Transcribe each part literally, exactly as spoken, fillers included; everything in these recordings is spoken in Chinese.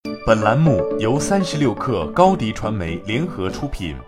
本栏目由三十六氪高迪传媒联合出品。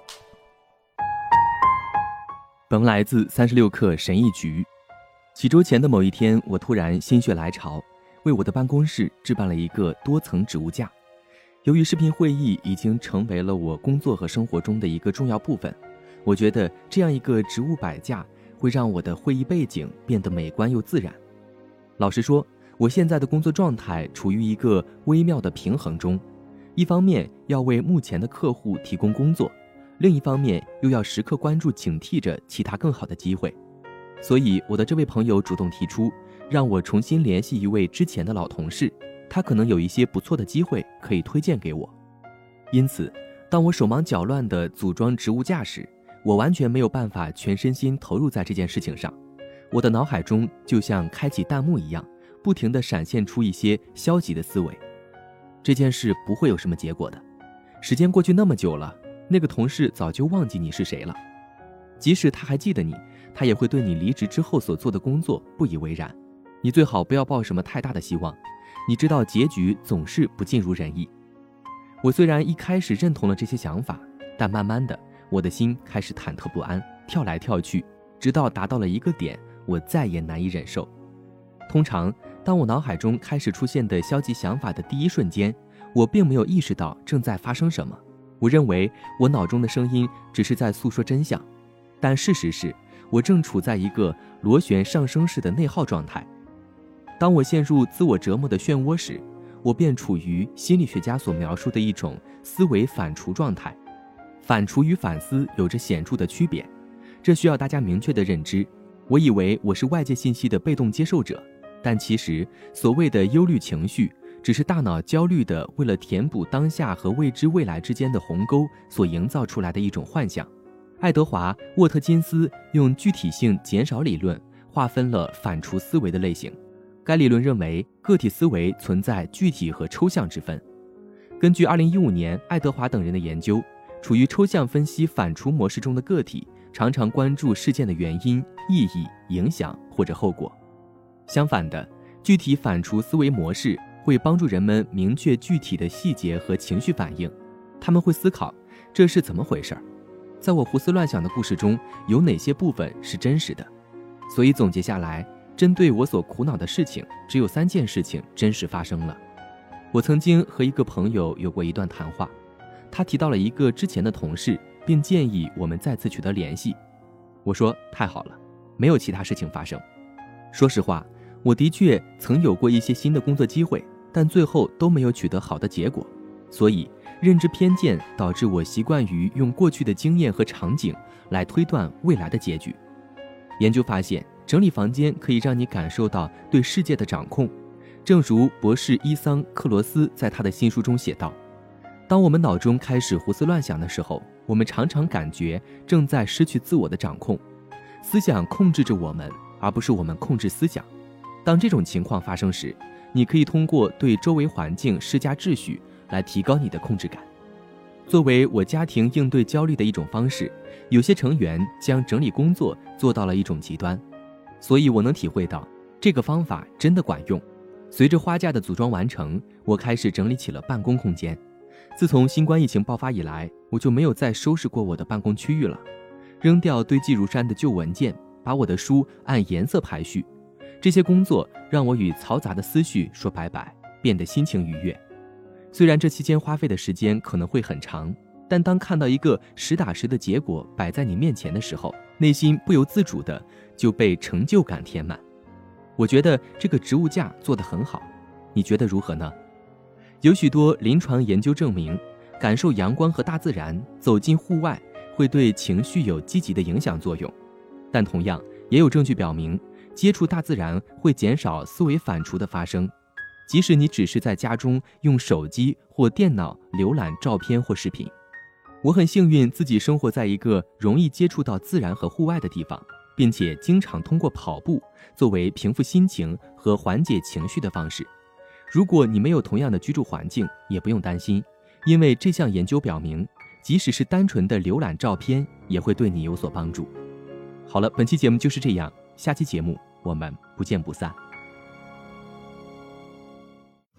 本来自三十六氪神医局。几周前的某一天，我突然心血来潮，为我的办公室置办了一个多层植物架。由于视频会议已经成为了我工作和生活中的一个重要部分，我觉得这样一个植物摆架会让我的会议背景变得美观又自然。老实说，我现在的工作状态处于一个微妙的平衡中，一方面要为目前的客户提供工作，另一方面又要时刻关注警惕着其他更好的机会。所以我的这位朋友主动提出让我重新联系一位之前的老同事，他可能有一些不错的机会可以推荐给我。因此当我手忙脚乱地组装植物架时，我完全没有办法全身心投入在这件事情上。我的脑海中就像开启弹幕一样，不停地闪现出一些消极的思维。这件事不会有什么结果的，时间过去那么久了，那个同事早就忘记你是谁了。即使他还记得你，他也会对你离职之后所做的工作不以为然。你最好不要抱什么太大的希望，你知道结局总是不尽如人意。我虽然一开始认同了这些想法，但慢慢的我的心开始忐忑不安，跳来跳去，直到达到了一个点，我再也难以忍受。通常当我脑海中开始出现的消极想法的第一瞬间，我并没有意识到正在发生什么。我认为我脑中的声音只是在诉说真相，但事实是我正处在一个螺旋上升式的内耗状态。当我陷入自我折磨的漩涡时，我便处于心理学家所描述的一种思维反刍状态。反刍与反思有着显著的区别，这需要大家明确的认知。我以为我是外界信息的被动接受者，但其实所谓的忧虑情绪只是大脑焦虑的为了填补当下和未知未来之间的鸿沟所营造出来的一种幻象。爱德华·沃特金斯用具体性减少理论划分了反刍思维的类型。该理论认为个体思维存在具体和抽象之分。根据二零一五年爱德华等人的研究，处于抽象分析反刍模式中的个体常常关注事件的原因、意义、影响或者后果。相反的，具体反刍思维模式会帮助人们明确具体的细节和情绪反应。他们会思考这是怎么回事，在我胡思乱想的故事中有哪些部分是真实的。所以总结下来，针对我所苦恼的事情，只有三件事情真实发生了。我曾经和一个朋友有过一段谈话，他提到了一个之前的同事，并建议我们再次取得联系。我说太好了，没有其他事情发生。说实话，我的确曾有过一些新的工作机会，但最后都没有取得好的结果。所以认知偏见导致我习惯于用过去的经验和场景来推断未来的结局。研究发现，整理房间可以让你感受到对世界的掌控。正如博士伊桑·克罗斯在他的新书中写道，当我们脑中开始胡思乱想的时候，我们常常感觉正在失去自我的掌控。思想控制着我们，而不是我们控制思想。当这种情况发生时，你可以通过对周围环境施加秩序来提高你的控制感。作为我家庭应对焦虑的一种方式，有些成员将整理工作做到了一种极端，所以我能体会到这个方法真的管用。随着花架的组装完成，我开始整理起了办公空间。自从新冠疫情爆发以来，我就没有再收拾过我的办公区域了。扔掉堆积如山的旧文件，把我的书按颜色排序，这些工作让我与嘈杂的思绪说拜拜，变得心情愉悦。虽然这期间花费的时间可能会很长，但当看到一个实打实的结果摆在你面前的时候，内心不由自主的就被成就感填满。我觉得这个植物架做得很好，你觉得如何呢？有许多临床研究证明，感受阳光和大自然，走进户外会对情绪有积极的影响作用。但同样也有证据表明，接触大自然会减少思维反刍的发生。即使你只是在家中用手机或电脑浏览照片或视频。我很幸运自己生活在一个容易接触到自然和户外的地方，并且经常通过跑步作为平复心情和缓解情绪的方式。如果你没有同样的居住环境，也不用担心，因为这项研究表明，即使是单纯的浏览照片也会对你有所帮助。好了，本期节目就是这样，下期节目我们不见不散。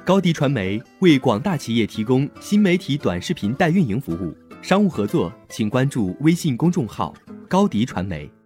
高迪传媒为广大企业提供新媒体短视频代运营服务，商务合作请关注微信公众号高迪传媒。